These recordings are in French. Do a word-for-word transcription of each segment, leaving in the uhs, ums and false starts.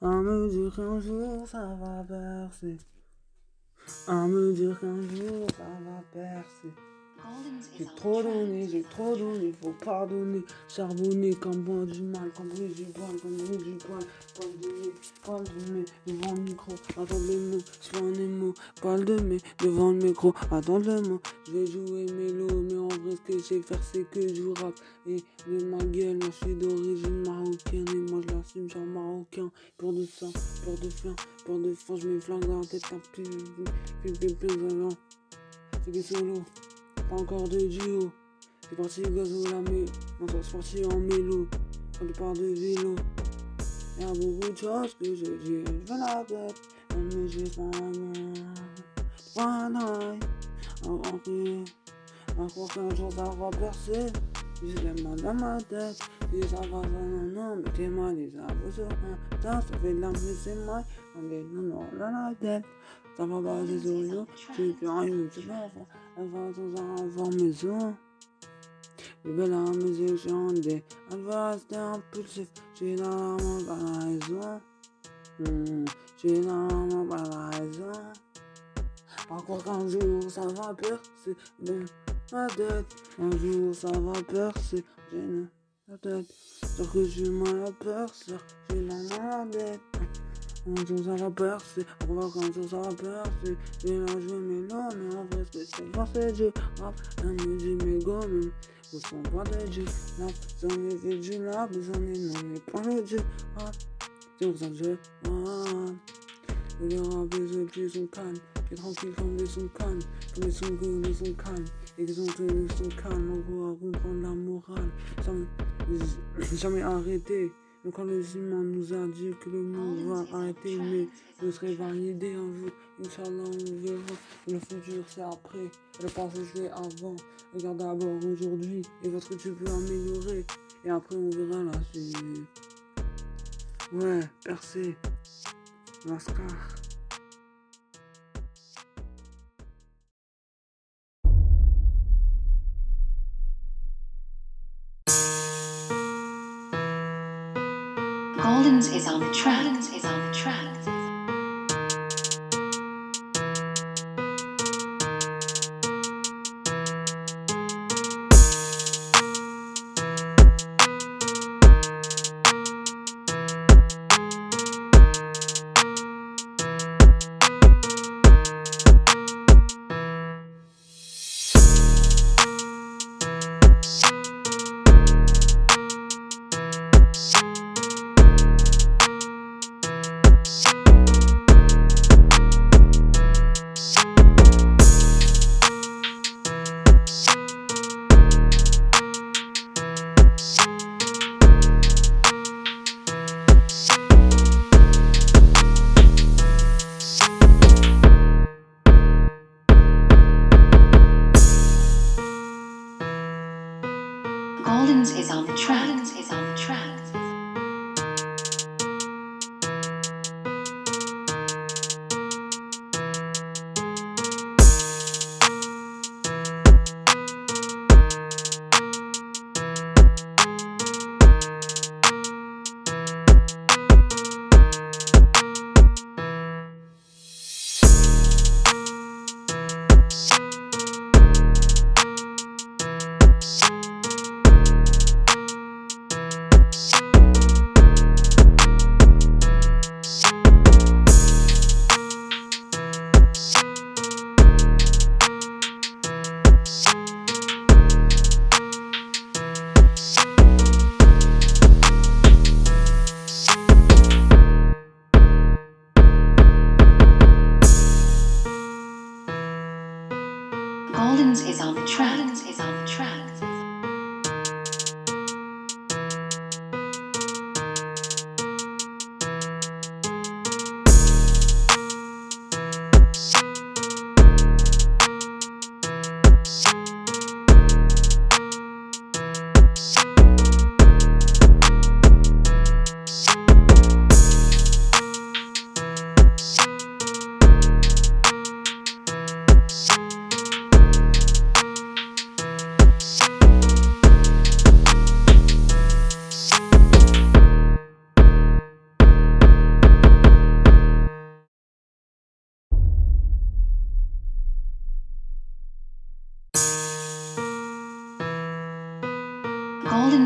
À me dire qu'un jour ça va percer. À me dire qu'un jour ça va percer. J'ai trop donné, j'ai trop donné, faut pardonner. Charbonné comme bon du mal, comme bruit du poil, comme bruit du poil. Parle de mes, parle de mes, devant le micro. Attends les mots, je fais un émo. Parle de mes, devant le micro. Attends le mot, je vais jouer mélo. Mais en vrai, ce que je sais faire, c'est que du rap. Et de ma gueule, moi je suis d'origine marocaine. Et moi je l'assume, genre marocain. Peur de sang, peur de faim, peur de faim. Je me flingue dans la tête, tant pis. Puis, puis, puis, avant. C'est des solos. Pas encore de duo, c'est parti gazo la mais on c'est parti en mélo, on part de vélo. Y'a beaucoup de choses que je dis, je veux la tête, mais j'ai pas la main. En vrai, à croire qu'un jour ça va percer, j'ai les mains dans ma tête, si ça va, ça non, non, mais t'es mal, les arbres sur un tas, ça fait de la musique, c'est mal, on est non, non, dans la tête. Ça va pas des oiseaux, j'ai plus rien, je sais pas, elle va sans avoir maison. Les belles à la musique, j'ai en dé, elle va rester impulsif, j'ai la main par la raison. Mmh, j'ai la main par la raison. Par contre, un jour ça va percer dans ma tête, un jour ça va percer, j'ai la tête. Sauf que j'ai mal à percer, j'ai la main à la tête. Un jour ça va percer, on va qu'un jour ça va percer. J'ai la joué mes lots, mais en vrai ce que c'est pas c'est du rap. Elle me dit mes gommes, vous sont pas de du rap. J'en ai fait du rap, mais j'en ai non, mais pas le du rap. C'est pour ça que je rappe. Et les rap, les plus sont calmes. Et tranquille comme ils sont calmes. Comme ils sont good, ils sont calmes. Et qu'ils ont tous, ils sont calmes. En gros, à comprendre la morale. Sans jamais arrêter. Donc quand le humain nous a dit que le monde va arrêter, mais je serai validé un jour, Inch'Allah on verra. Le futur c'est après, le passé c'est avant. Regarde d'abord aujourd'hui et votre que tu peux améliorer. Et après on verra la suite. Ouais, percé. Lascar. Goldens is on the track. Goldens is on the track.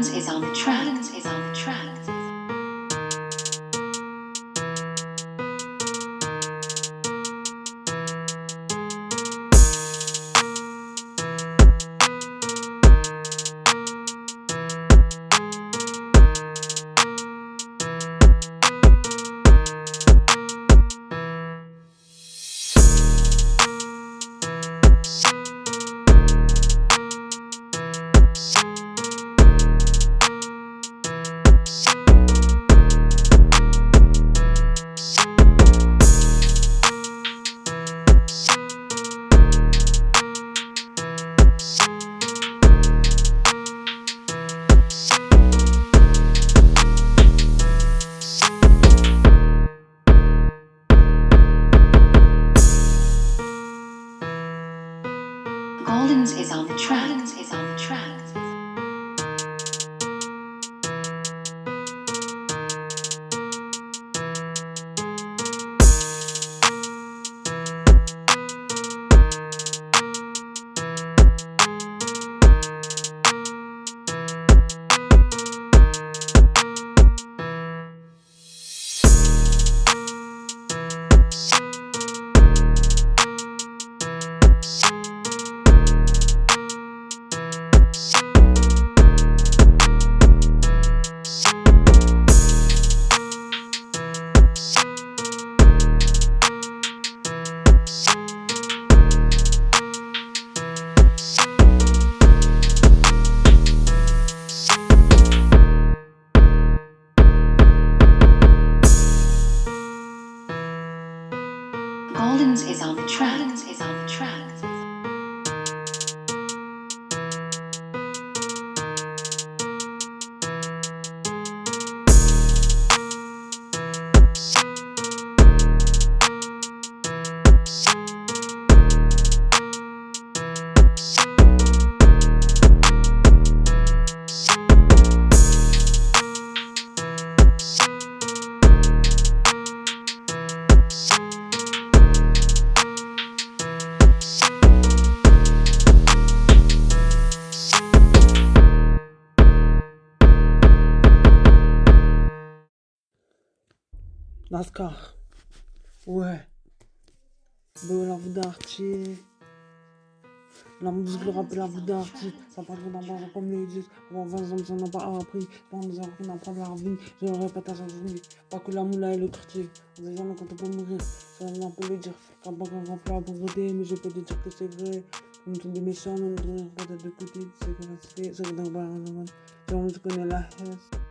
Goldens is on the track. Goldens is on the track. Goldens is on the track. Goldens is on the track. Goldens is on the track. Goldens is on the track. NASCAR. Ouais. Ben, la vie d'artiste. La musique, le rap et la vie d'artiste. Ça passe dans le comme les disent. Avant vingt ans, ça n'a pas appris. Dans les heures qu'on apprend la vie. Je le répète à chaque journée. Pas que la moula et le quartier. On sait jamais quand on peut mourir. Ça, on peut le dire. Quand pas qu'on remplit la pauvreté. Mais je peux te dire que c'est vrai. Comme tous des méchants, même de rire, peut-être de côté. C'est qu'on a fait. C'est que dans le bar, on se connaît la haine.